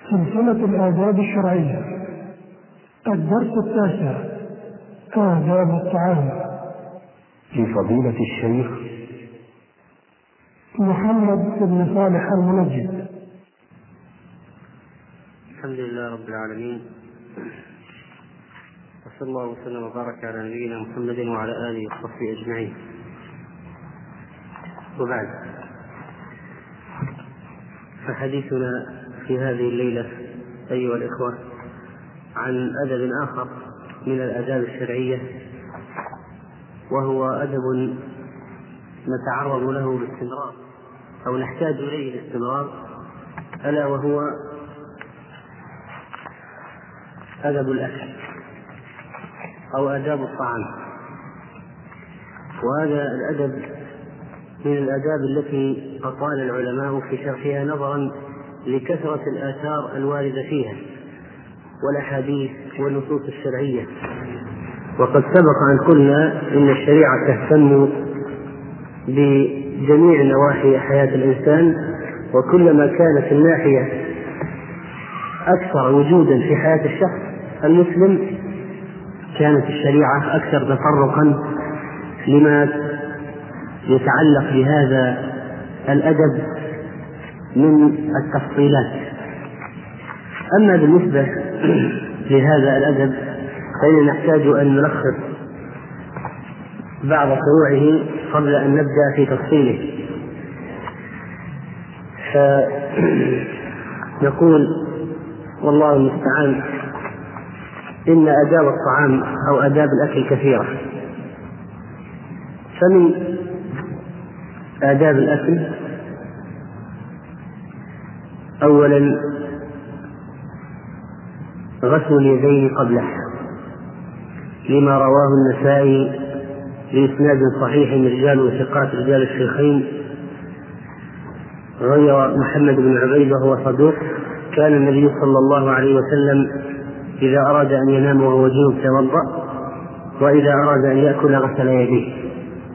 سلسلة الآداب الشرعية. الدرس 9: آداب الطعام. لفضيلة الشيخ محمد بن صالح المنجد. الحمد لله رب العالمين، وصلى الله وسلم وبارك على نبينا محمد وعلى آله وصحبه أجمعين. وبعد، فحديثنا في هذه الليلة أيها الإخوة عن أدب آخر من الآداب الشرعية، وهو أدب نتعرض له باستمرار أو نحتاج إليه باستمرار، ألا وهو أدب الأكل أو آداب الطعام. وهذا الأدب من الآداب التي أطال العلماء في شرحها نظرا لكثرة الآثار الواردة فيها والأحاديث والنصوص الشرعية. وقد سبق أن قلنا إن الشريعة تهتم بجميع نواحي حياة الإنسان، وكلما كانت الناحية أكثر وجودا في حياة الشخص المسلم كانت الشريعة أكثر تطرقا لما يتعلق بهذا الأدب من التفصيلات. أما بالنسبة لهذا الأدب فإننا نحتاج أن نلخص بعض فروعه قبل أن نبدأ في تفصيله. فنقول والله المستعان إن آداب الطعام أو آداب الأكل كثيرة. فمن آداب الأكل أولا غسل اليدين قبله، لما رواه النسائي بإسناد صحيح من رجال وثقات رجال الشيخين غير محمد بن عبيد وهو صدوق. كان النبي صلى الله عليه وسلم إذا أراد أن ينام وهو جنب توضأ، وإذا أراد أن يأكل غسل يديه،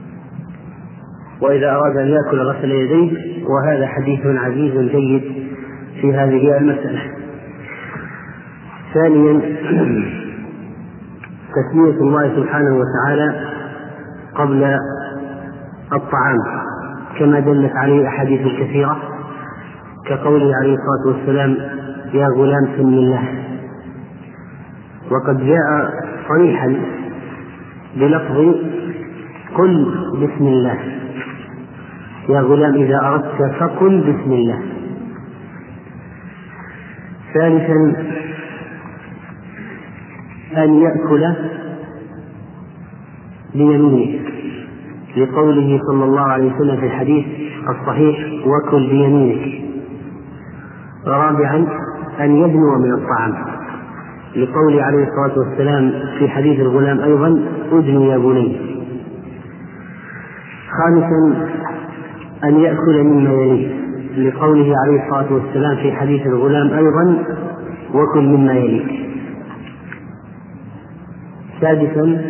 غسل يديه. وهذا حديث عزيز جيد في هذه المسألة. ثانيا تسمية الله سبحانه وتعالى قبل الطعام، كما دلت عليه أحاديث كثيرة، كقوله عليه الصلاة والسلام: يا غلام سم الله. وقد جاء صريحا بلفظ قل بسم الله، يا غلام إذا أردت فقل بسم الله. ثالثا أن يأكل بيمينه، لقوله صلى الله عليه وسلم في الحديث الصحيح: وكل بيمينك. رابعا أن يدنو من الطعام، لقوله عليه الصلاة والسلام في حديث الغلام أيضا: أدنو يا بني. خامسا أن يأكل مما يليه، لقوله عليه الصلاة والسلام في حديث الغلام أيضا: وكل مما يليك. سادسا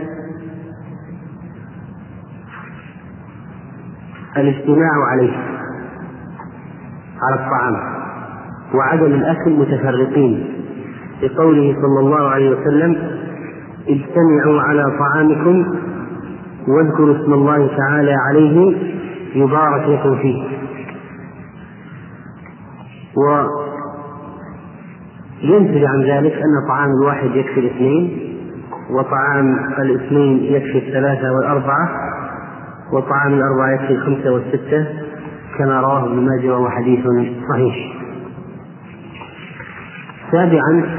الاجتماع على الطعام وعدم الأكل متفرقين، لقوله صلى الله عليه وسلم: اجتمعوا على طعامكم واذكروا اسم الله تعالى عليه يبارك لكم فيه. وينتج عن ذلك أن طعام الواحد يكفي الاثنين، وطعام الاثنين يكفي الثلاثة والأربعة، وطعام الأربعة يكفي الخمسة والستة، كما رواه ابن ماجه وهو حديث صحيح. سابعا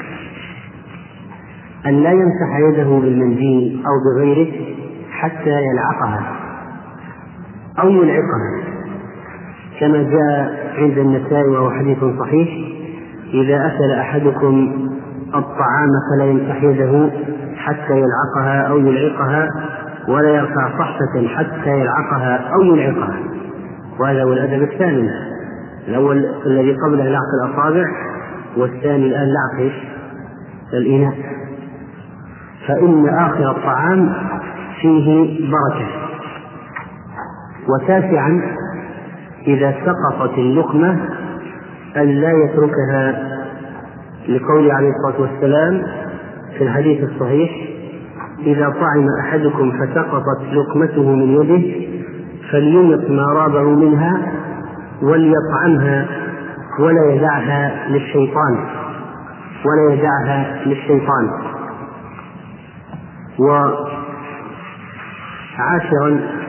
أن لا يمسح يده بالمنديل أو بغيره حتى يلعقها أو يلعقها، كما جاء عند النسائي وهو حديث صحيح: إذا أكل أحدكم الطعام فلا يمسح يده حتى يلعقها أو يلعقها، ولا يرفع صحفة حتى يلعقها أو يلعقها. وهذا هو الأدب الثاني، الأول الذي قبله لعق الأصابع، والثاني الآن لعق الإناء. فإن آخر الطعام فيه بركة. وتاسعا إذا سقطت اللقمة أن لا يتركها لقول عليه الصلاة والسلام في الحديث الصحيح: إذا طعم أحدكم فسقطت لقمته من يده فليمط ما رابه منها وليطعمها ولا يدعها للشيطان. وعاشرا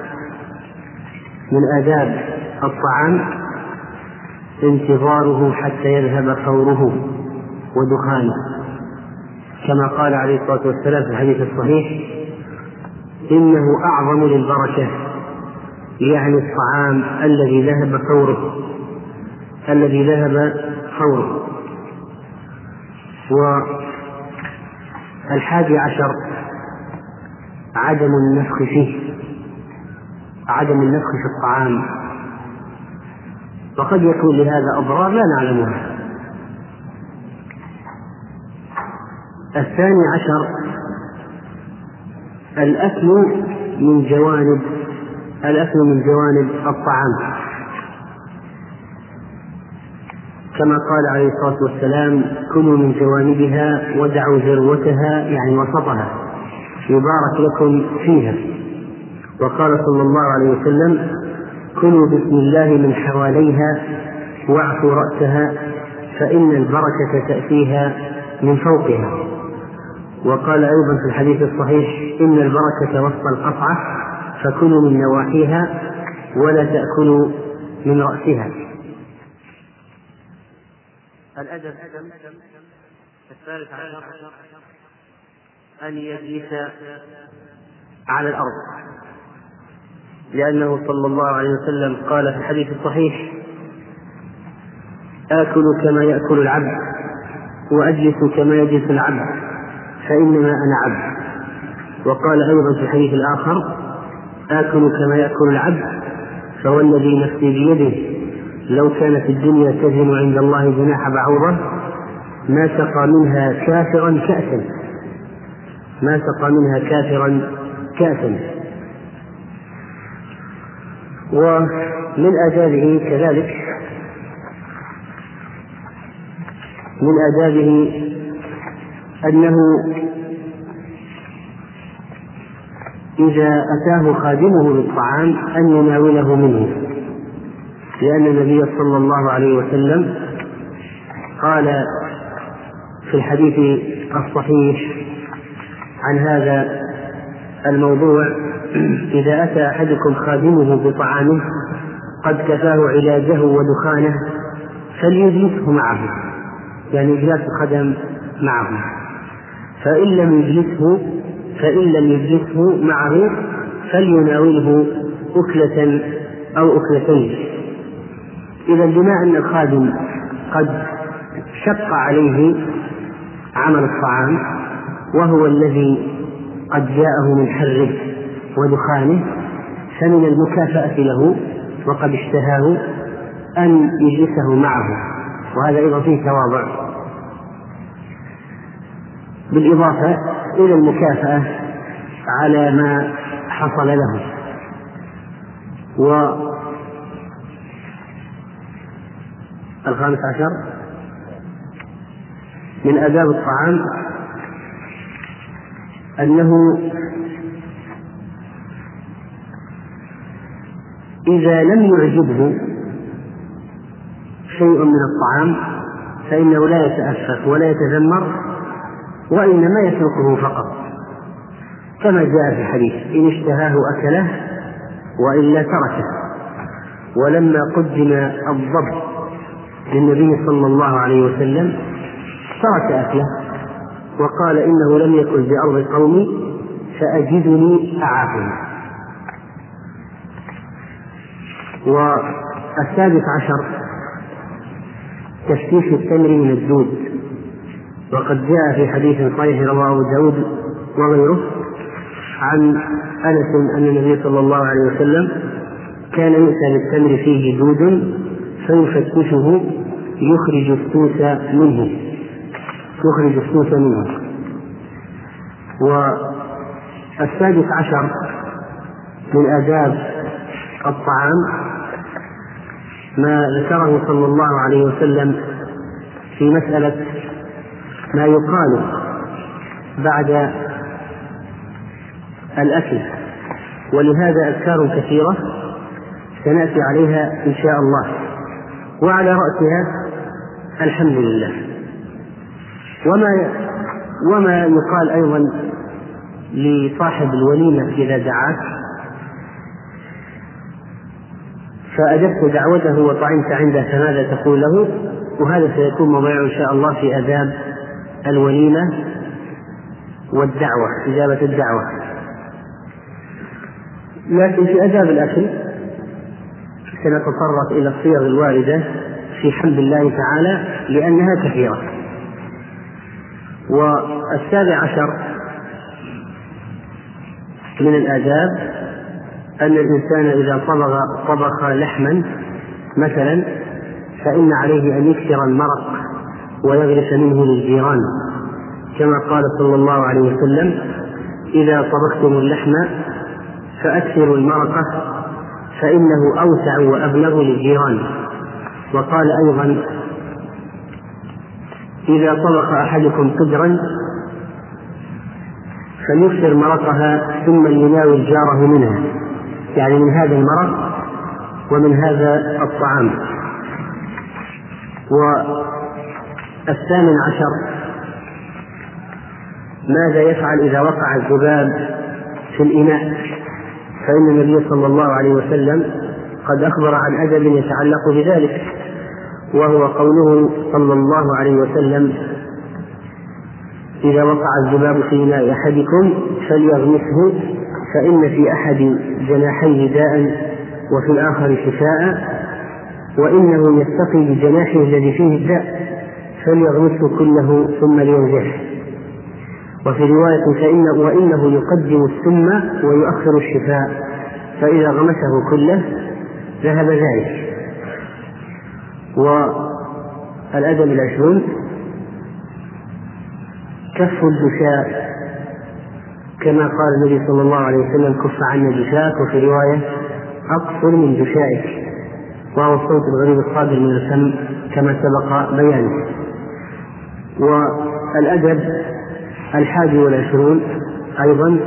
من آداب الطعام انتظاره حتى يذهب فوره ودخانه، كما قال عليه الصلاة والسلام في الحديث الصحيح: إنه أعظم للبركة، يعني الطعام الذي ذهب فوره. والحادي عشر عدم النفخ في الطعام، وقد يكون لهذا أضرار لا نعلمها. الثاني عشر الأكل من جوانب الطعام، كما قال عليه الصلاة والسلام: كلوا من جوانبها ودعوا ذروتها، يعني وسطها، يبارك لكم فيها. وقال صلى الله عليه وسلم: كلوا بسم الله من حواليها واعفوا رأسها فإن البركة تأتيها من فوقها. وقال أيضا في الحديث الصحيح: إن البركة وسط القطعة فكلوا من نواحيها ولا تأكلوا من رأسها. الأدب الثالث عشر أن يجلس على الأرض، لأنه صلى الله عليه وسلم قال في الحديث الصحيح: آكل كما يأكل العبد وأجلس كما يجلس العبد فإنما أنا عبد. وقال أيضا في الحديث الآخر: آكل كما يأكل العبد فوالذي نفسي بيده لو كانت الدنيا تزن عند الله جناح بعوضة ما سقى منها كافرا كأسا. ومن آدابه كذلك أنه إذا أتاه خادمه بالطعام أن يناوله منه، لأن النبي صلى الله عليه وسلم قال في الحديث الصحيح عن هذا الموضوع: إذا أتى أحدكم خادمه بطعامه قد كفاه علاجه ودخانه فليجلسه معه، يعني إجلاس الخدم معه، فإن لم يجلسه معه فليناوله أكلة أو أكلتين. إذا بما أن الخادم قد شق عليه عمل الطعام وهو الذي قد جاءه من حره ودخانه، فمن المكافأة له وقد اشتهاه أن يجلسه معه، وهذا أيضا فيه تواضع، بالإضافة إلى المكافأة على ما حصل له. والخامس عشر من آداب الطعام أنه إذا لم يعجبه شيء من الطعام فإنه لا يتأسف ولا يتذمر، وإنما يتركه فقط، كما جاء في الحديث: إن اشتهاه أكله وإلا تركه. ولما قدم الضب للنبي صلى الله عليه وسلم ترك أكله وقال: إنه لم يكن بأرض قومي فأجدني أعافه. والسادس عشر تفتيش التمر من الدود، وقد جاء في حديث صحيح رواه أبو داود وغيره عن أنس أن النبي صلى الله عليه وسلم كان يؤتى بالتمر فيه دود فيفتشه يخرج السوس منه. والسادس عشر من آداب الطعام ما ذكره صلى الله عليه وسلم في مسألة ما يقال بعد الأكل، ولهذا أذكار كثيرة سنأتي عليها إن شاء الله، وعلى رأسها الحمد لله. وما يقال أيضا لصاحب الوليمة إذا دعاك فأجبت دعوته وطعمت عنده فماذا تقول له؟ وهذا سيكون موضوع إن شاء الله في آداب الوليمة والدعوة، إجابة الدعوة. لكن في آداب الأكل سنتطرق إلى الصيغ الواردة في حمد الله تعالى لأنها كثيرة. والسابع عشر من الآداب أن الإنسان إذا طبخ لحما مثلا فإن عليه أن يكثر المرق ويغرس منه للجيران، كما قال صلى الله عليه وسلم: إذا طبختم اللحم فأكثروا المرقة فإنه أوسع وأبلغ للجيران. وقال أيضا: إذا طبخ أحدكم قدرا فليكثر مرقها ثم ليناول جاره منها، يعني من هذا المرق ومن هذا الطعام. والثامن عشر ماذا يفعل إذا وقع الذباب في الإناء، فإن النبي صلى الله عليه وسلم قد أخبر عن أدب يتعلق بذلك، وهو قوله صلى الله عليه وسلم: إذا وقع الذباب في إناء أحدكم فليغمسه فإن في أحد جناحيه داء وفي الآخر شفاء، وإنه يستقي بجناحه الذي فيه الداء فليغمسه كله ثم لينزعه. وفي رواية: وإنه يقدم السم ويؤخر الشفاء، فإذا غمسه كله ذهب ذلك. والأدب العشرون كف الدشاء، كما قال النبي صلى الله عليه وسلم: كف عنا دشاءك. وفي رواية: أقصر من دشائك، وهو الصوت الغريب الصادر من الفم كما سبق بيانه. والأدب الحادي والعشرون أيضا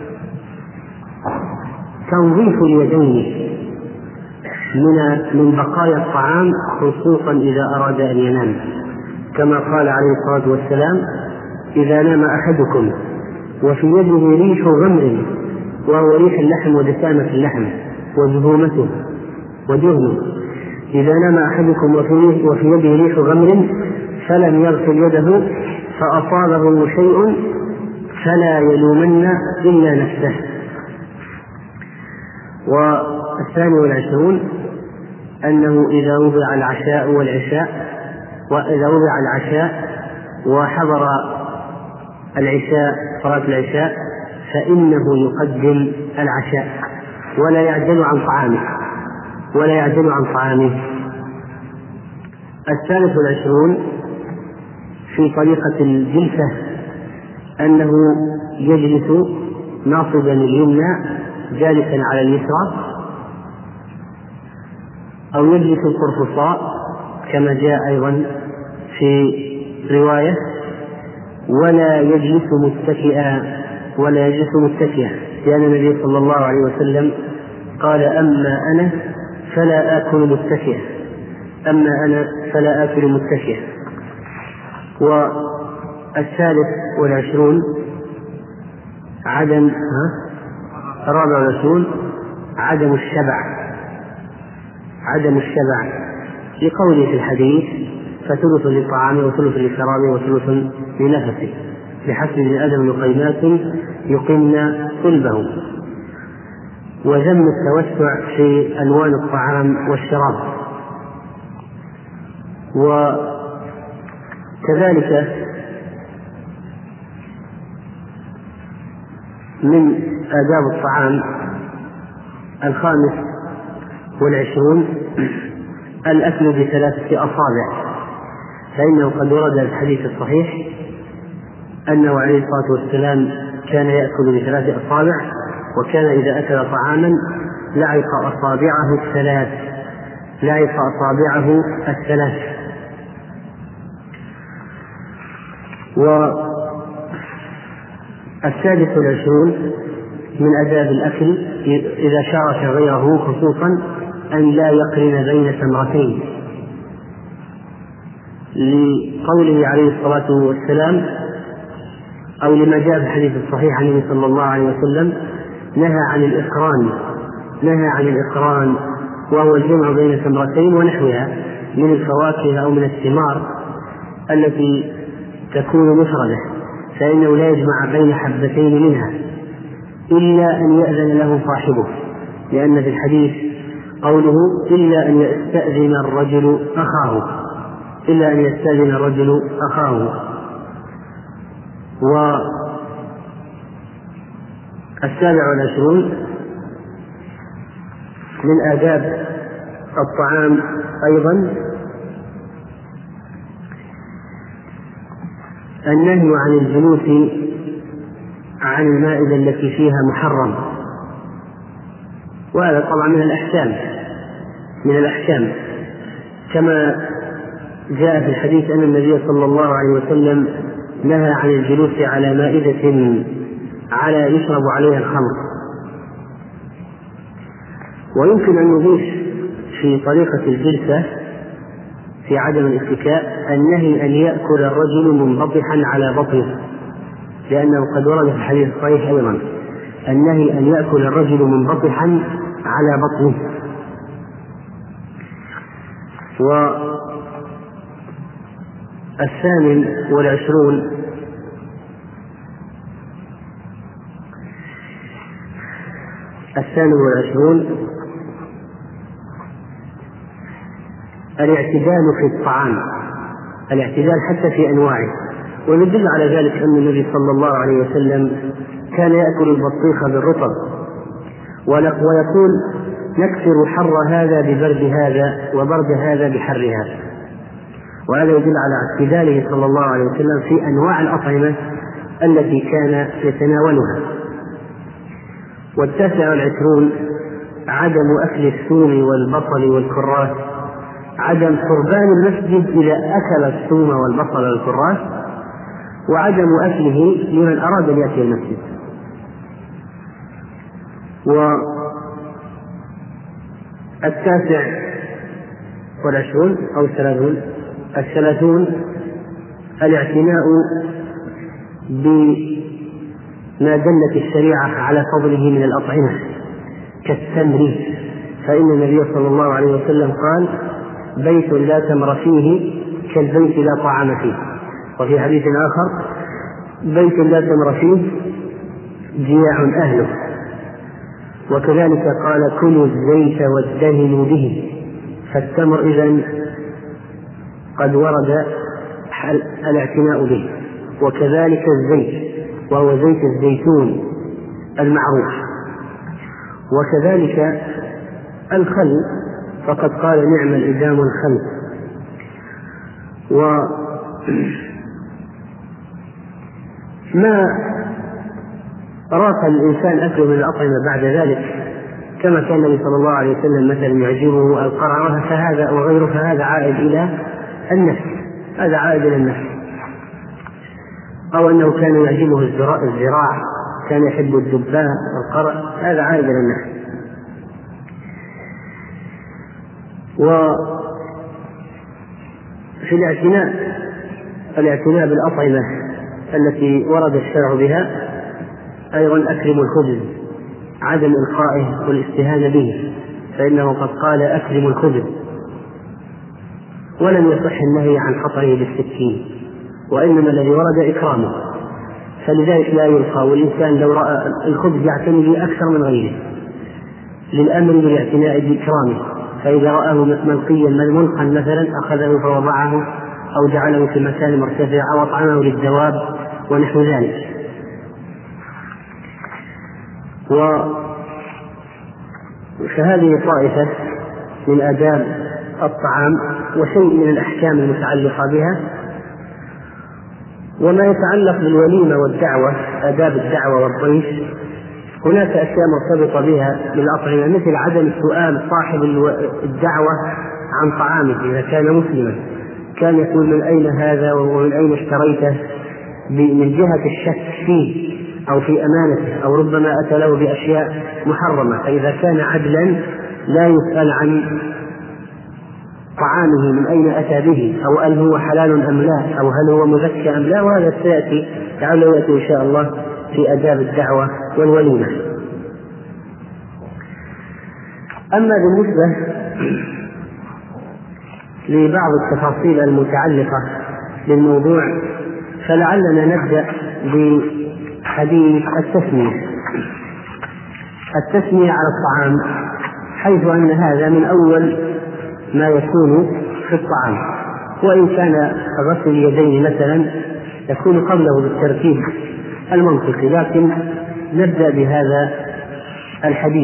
تنظيف اليدين من بقايا الطعام، خصوصا إذا أراد أن ينام، كما قال عليه الصلاة والسلام: إذا نام أحدكم وفي يده ريح غمر، وهو ريح اللحم ودسامة اللحم وزهومته ودهنه، إذا نام أحدكم وفي يده ريح غمر فلم يغسل يده فأصابه شيء فلا يلومن إلا نفسه. والثاني والعشرون أنه إذا وضع العشاء والعشاء، وإذا وضع العشاء وحضر العشاء صلاة العشاء فإنه يقدم العشاء ولا يعجل عن طعامه. الثالث والعشرون في طريقة الجلسة أنه يجلس ناصبا اليمنى جالسا على اليسرى، أو يجلس القرفصاء كما جاء أيضا في رواية، ولا يجلس متكئا، لأن النبي صلى الله عليه وسلم قال: أما أنا فلا آكل متكئا. والثالث والعشرون الرابع والعشرون عدم الشبع لقوله في الحديث: فثلث للطعام وثلث للشراب وثلث لنفسه، بحسب الأدب لقيمات يقمن صلبه. وذم التوسع في ألوان الطعام والشراب. وكذلك من آداب الطعام الخامس والعشرون الأكل ب3 أصابع، فإنه قد ورد الحديث الصحيح أنه عليه الصلاة والسلام كان يأكل ب3 أصابع، وكان إذا أكل طعاما لعق أصابعه الثلاث. والسادس والعشرون من آداب الأكل إذا شارك غيره خصوصا أن لا يقرن بين تمرتين، لقوله عليه الصلاة والسلام أو لما جاء في الحديث الصحيح عن النبي صلى الله عليه وسلم نهى عن الإقران وهو الجمع بين تمرتين ونحوها من الفواكه أو من الثمار التي تكون مفردة، فإنه لا يجمع بين حبتين منها إلا أن يأذن له صاحبه، لأن في الحديث قوله إلا أن يستأذن الرجل أخاه. والسابع والعشرون من آداب الطعام أيضا النهي عن الجلوس عن المائدة التي فيها محرم، وهذا طبعا من الأحكام كما جاء في الحديث أن النبي صلى الله عليه وسلم نهى عن الجلوس على مائدة يشرب عليها الخمر. ويمكن أن نضيف في طريقة الجلسة في عدم الاتكاء النهي أن يأكل الرجل منبطحا على بطنه، لأنه قد ورد في الحديث الصحيح أيضا النهي أن يأكل الرجل منبطحا على بطنه. والثامن والعشرون الاعتدال في الطعام، الاعتدال حتى في أنواعه. ويدل على ذلك أن النبي صلى الله عليه وسلم كان يأكل البطيخ بالرطب ويقول نكسر حر هذا ببرد هذا وبرد هذا بحر هذا، وهذا يدل على اعتداله صلى الله عليه وسلم في أنواع الأطعمة التي كان يتناولها. والتاسع والعشرون عدم أكل الثوم والبصل والكراث، عدم قربان المسجد إذا أكل الثوم والبصل والكراث، وعدم أكله لمن أراد أن يأتي المسجد. والتاسع والعشرون أو الثلاثون الاعتناء بما دلت الشريعة على فضله من الأطعمة كالتمر، فإن النبي صلى الله عليه وسلم قال بيت لا تمر فيه كالبيت لا طعام فيه. وفي حديث آخر بيت لا تمر فيه جياع أهله. وكذلك قال كلوا الزيت وادهنوا به، فالتمر إذن قد ورد الاعتناء به. وكذلك الزيت وهو زيت الزيتون المعروف، وكذلك الخل فقد قال نعم الإدام الخل. وما راق الإنسان أكله من الأطعمة بعد ذلك كما كان النبي صلى الله عليه وسلم مثلا يعجبه القرع فهذا وغيره، فهذا عائد إلى النفس، هذا عائد إلى النفس. أو أنه كان يعجبه الزراع، كان يحب الدباء والقرع، هذا عائد إلى النفس. وفي الاعتناء بالأطعمة التي ورد الشرع بها أيضا أكرم الخبز، عدم إلقائه والاستهانة به، فإنه قد قال أكرم الخبز، ولم يصح النهي عن حطره بالسكين، وإنما الذي ورد إكرامه، فلذلك لا يلقى. والإنسان لو رأى الخبز يعتني به أكثر من غيره للأمر بالاعتناء بإكرامه، فإذا رآه ملقيا ملقا مثلا أخذه فوضعه أو جعله في مكان مرتفع أو أطعمه للدواب ونحو ذلك. فهذه طائفة من آداب الطعام وشيء من الأحكام المتعلقة بها. وما يتعلق بالوليمة والدعوة، آداب الدعوة والضيف، هناك أشياء مرتبطة بها بالأطعمة، مثل عدم سؤال صاحب الدعوة عن طعامه إذا كان مسلما، كان يقول من أين هذا ومن أين اشتريته، من جهة الشك فيه أو في أمانته، أو ربما أتى له بأشياء محرمة، فإذا كان عدلا لا يسأل عن طعامه من أين أتى به، أو هل هو حلال أم لا، أو هل هو مزكى أم لا، وهذا سيأتي لعله يأتي إن شاء الله في آداب الدعوة والوليمة. أما بالنسبة لبعض التفاصيل المتعلقة بالموضوع فلعلنا نبدأ بحديث التسمية على الطعام، حيث أن هذا من أول ما يكون في الطعام، وإن كان غسل اليدين مثلا يكون قبله بالترتيب المنطقي، لكن نبدأ بهذا الحديث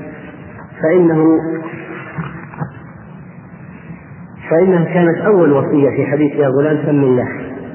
فإنها كانت أول وصية في حديث يا غلام سم الله.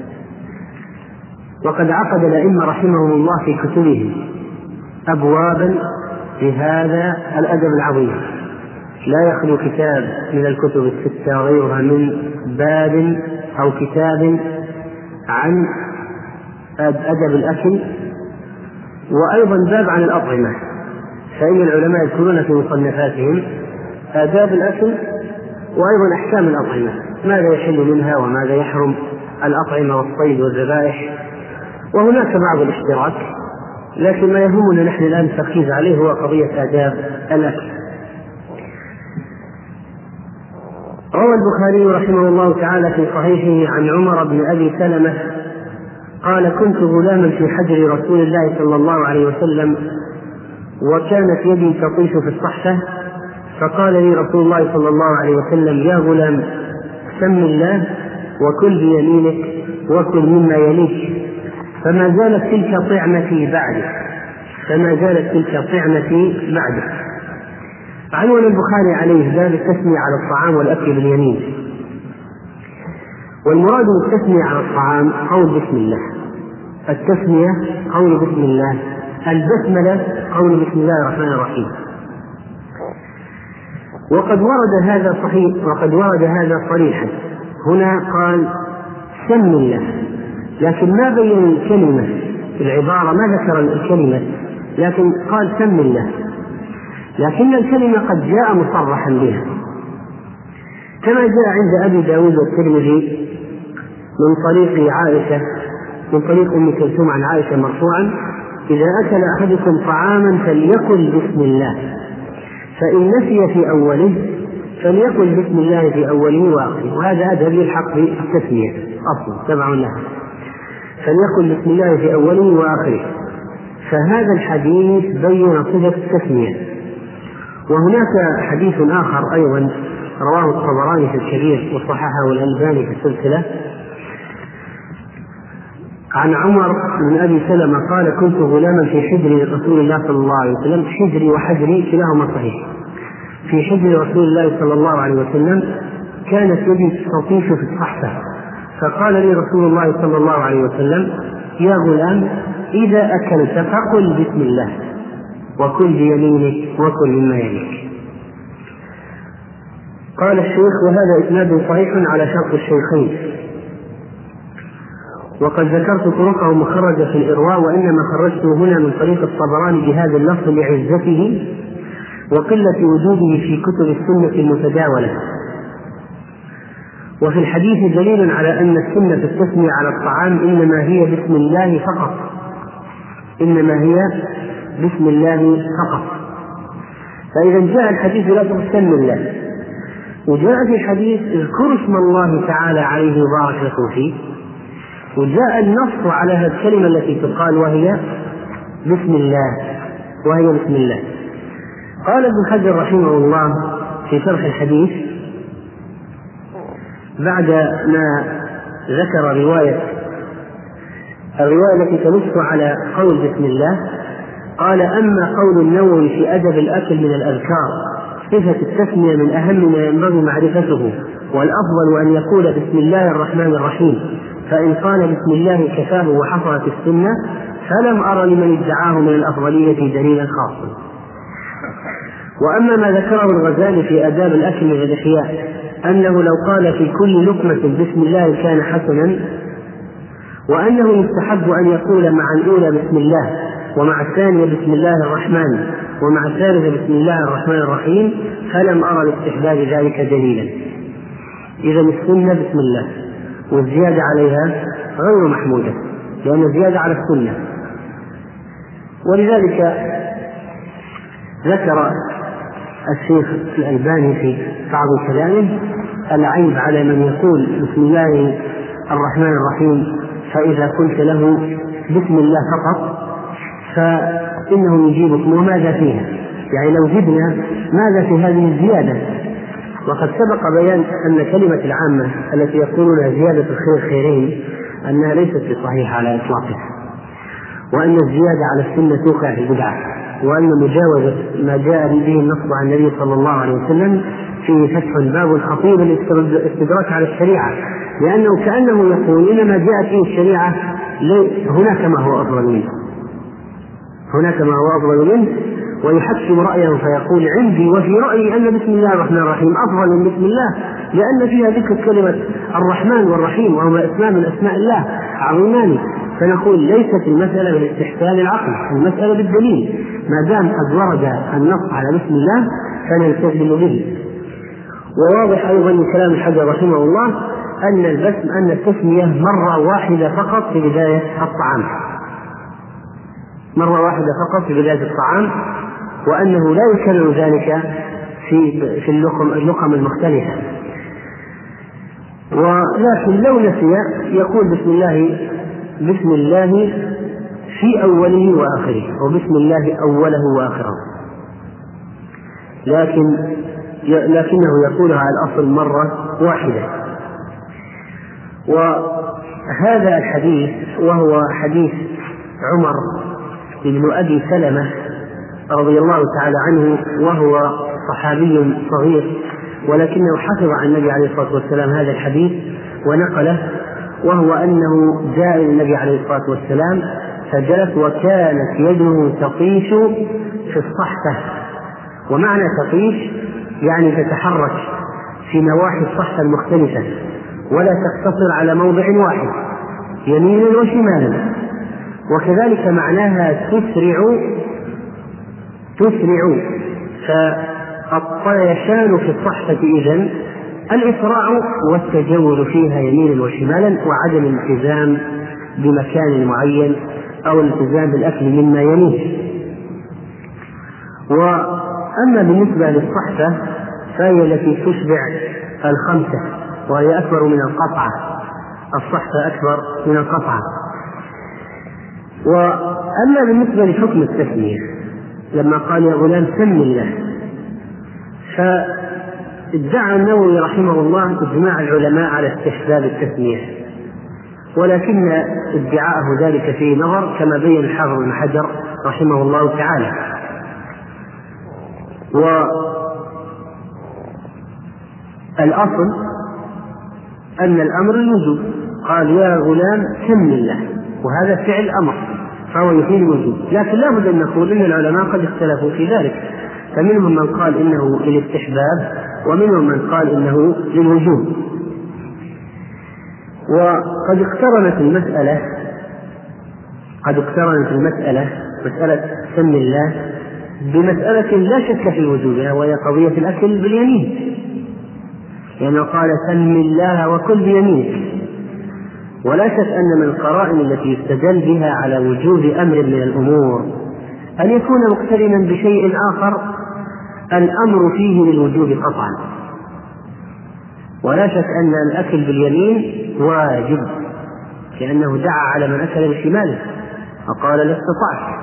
وقد عقد الأئمة رحمهم الله في كتبهم أبوابا لهذا الأدب العظيم، لا يخلو كتاب من الكتب الستة غيرها من باب أو كتاب عن أدب الأكل، وأيضا باب عن الأطعمة، فإن العلماء يذكرون في مصنفاتهم آداب الأكل وأيضا أحكام الأطعمة، ماذا يحل منها وماذا يحرم، الأطعمة والصيد والذبائح، وهناك بعض الاشتراك، لكن ما يهمنا نحن الآن التركيز عليه هو قضية آداب الأكل. روى البخاري رحمه الله تعالى في صحيحه عن عمر بن أبي سلمة قال: كنت غلاما في حجر رسول الله صلى الله عليه وسلم، وكانت يدي تطيش في الصحفة، فقال لي رسول الله صلى الله عليه وسلم: يا غلام سم الله وكل بيمينك وكل مما يليك. فما زالت تلك طعمتي بعده. عنوان البخاري عليه باب التسمية على الطعام والأكل باليمين. والمراد بالتسمية على الطعام قول بسم الله، التسمية قول بسم الله، البسملة قول بسم الله الرحمن الرحيم. وقد ورد هذا صريحا، هنا قال سم الله، لكن ما بين الكلمة في العبارة، ما ذكر الكلمة، لكن قال سم الله، لكن الكلمة قد جاء مصرحا بها، كما جاء عند أبي داود والترمذي من طريق أم كلثوم عن عائشة مرفوعا: إذا أكل أحدكم طعاما فليقل بسم الله، فإن نسي في أوله فليقل بسم الله في أوله وآخره. وهذا أدب يلحق بالتسمية أصلا تبع لها، فليقل بسم الله في أوله وآخره. فهذا الحديث بين صفة التسمية. وهناك حديث آخر أيضا رواه الطبراني في الكبير وصححه الألباني في السلسلة عن عمر بن أبي سلمة قال: كنت غلاما في حجر رسول الله صلى الله عليه وسلم، حجري وحجري كلاهما صحيح، في حجر رسول الله صلى الله عليه وسلم كانت يدي تطيش في الصحفة، فقال لي رسول الله صلى الله عليه وسلم: يا غلام إذا أكلت فقل بسم الله وكل بيمينك وكل مما يليك. قال الشيخ: وهذا إسناد صحيح على شرط الشيخين، وقد ذكرت طرقه مخرجة في الإرواء، وإنما خرجته هنا من طريق الطبراني بهذا اللفظ لعزته وقلة وجوده في كتب السنة المتداولة. وفي الحديث دليل على أن السنة في التسمية على الطعام إنما هي بسم الله فقط. فإذا جاء الحديث بلفظ سم الله، وجاء في الحديث اذكروا اسم الله تعالى عليه وبارك لكم فيه، وجاء النص على هذه الكلمة التي تقال وهي بسم الله. قال ابن حجر رحمه الله في شرح الحديث بعد ما ذكر الرواية التي تنص على قول بسم الله، قال: أما قول النووي في أدب الأكل من الأذكار صفة التسمية من أهم ما ينبغي معرفته، والأفضل أن يقول بسم الله الرحمن الرحيم، فإن قال بسم الله كفاه وحصلت السنة، فلم أرى لمن ادعاه من الأفضلية دليلا خاصا. وأما ما ذكره الغزالي في آداب الأكل من الإحياء أنه لو قال في كل لقمة بسم الله كان حسنا، وأنه يستحب أن يقول مع الأولى بسم الله، ومع الثانية بسم الله الرحمن، ومع الثالثة بسم الله الرحمن الرحيم، فلم أرى لاستحباب ذلك دليلا. إذا السنة بسم الله، والزيادة عليها غير محمودة لأن الزيادة على السنة. ولذلك ذكر الشيخ الألباني في بعض كلامه العيب على من يقول بسم الله الرحمن الرحيم فإذا قلت له بسم الله فقط فإنه يجيبكم وماذا فيها، يعني لو جبنا ماذا في هذه الزيادة. وقد سبق بيان أن كلمة العامة التي يقولونها زيادة الخير خيرين أنها ليست بصحيحة على إطلاقها، وأن الزيادة على السنة توقع في البدعة، وأن مجاوزة ما جاء به النص عن النبي صلى الله عليه وسلم فيه فتح باب خطير الاستدراك على الشريعة، لأنه كأنه يقول إنما جاءت فيه الشريعة هناك ما هو أفضل منه، هناك ما هو أفضل منه، ويحكم رأيه فيقول عندي وفي رأيي أن بسم الله الرحمن الرحيم أفضل من بسم الله، لأن فيها ذكر كلمة الرحمن والرحيم وهما اسمان من أسماء الله عظيمان. فنقول ليست المسألة بالاستحسان العقل، المسألة بالدليل، ما دام قد ورد النص على بسم الله فنلتزم به. وواضح أيضا من كلام الحجر رحمه الله أن التسمية مرة واحدة فقط في بداية الطعام، مرة واحدة فقط في بداية الطعام، وأنه لا يكرر ذلك في اللقم المختلفة. ولكن لو نسي يقول بسم الله في أوله وآخره، وبسم الله أوله وآخره، لكنه يقولها على الأصل مرة واحدة. وهذا الحديث وهو حديث عمر بن أبي سلمة رضي الله تعالى عنه، وهو صحابي صغير ولكنه حفظ عن النبي عليه الصلاة والسلام هذا الحديث ونقله، وهو أنه جاء إلى النبي عليه الصلاة والسلام فجلس وكانت يده تطيش في الصحفة. ومعنى تطيش يعني تتحرك في نواحي الصحفة المختلفة ولا تقتصر على موضع واحد يمينا وشمالا. وكذلك معناها تسرع، فالطيشان في الصحفة إذن الإسراع والتجول فيها يمينا وشمالا، وعدم الالتزام بمكان معين أو الالتزام بالأكل مما يليه. وأما بالنسبة للصحفة فهي التي تشبع الخمسة وهي أكبر من القطعة، الصحفة أكبر من القطعة. وأما بالنسبة لحكم التسمية لما قال يا غلام سم الله، فادعى النووي رحمه الله إجماع العلماء على استحباب التسمية، ولكن ادعاءه ذلك فيه نظر كما بين الحافظ ابن حجر رحمه الله تعالى. والأصل أن الأمر الوجوب، قال يا غلام سم الله، وهذا فعل أمر فهو يفيد الوجوب، لكن لا بد أن نقول إن العلماء قد اختلفوا في ذلك، فمنهم من قال إنه للاستحباب ومنهم من قال إنه للوجوب. وقد اقترنت المسألة مسألة سم الله بمسألة لا شك في وجودها، وهي قضية الأكل باليمين، لأنه قال سم الله وكل بيمينك. ولا شك أن من القرائن التي يستدل بها على وجود أمر من الأمور أن يكون مقترنا بشيء آخر الأمر فيه للوجوب قطعا. ولا شك أن الأكل باليمين واجب، لأنه دعا على من أكل بشماله وقال لا استطعت،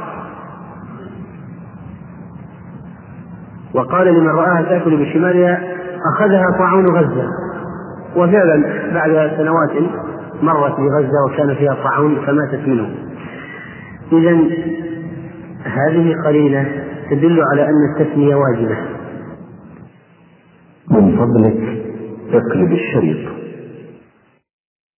وقال لمن رآها تأكل بشمالها أخذها طاعون غزة. وفعلا بعد سنوات مرت بغزة وكان فيها طاعون فماتت منه. إذن هذه قرينة تدل على أن التسمية واجبة. من فضلك اقلب الشريط.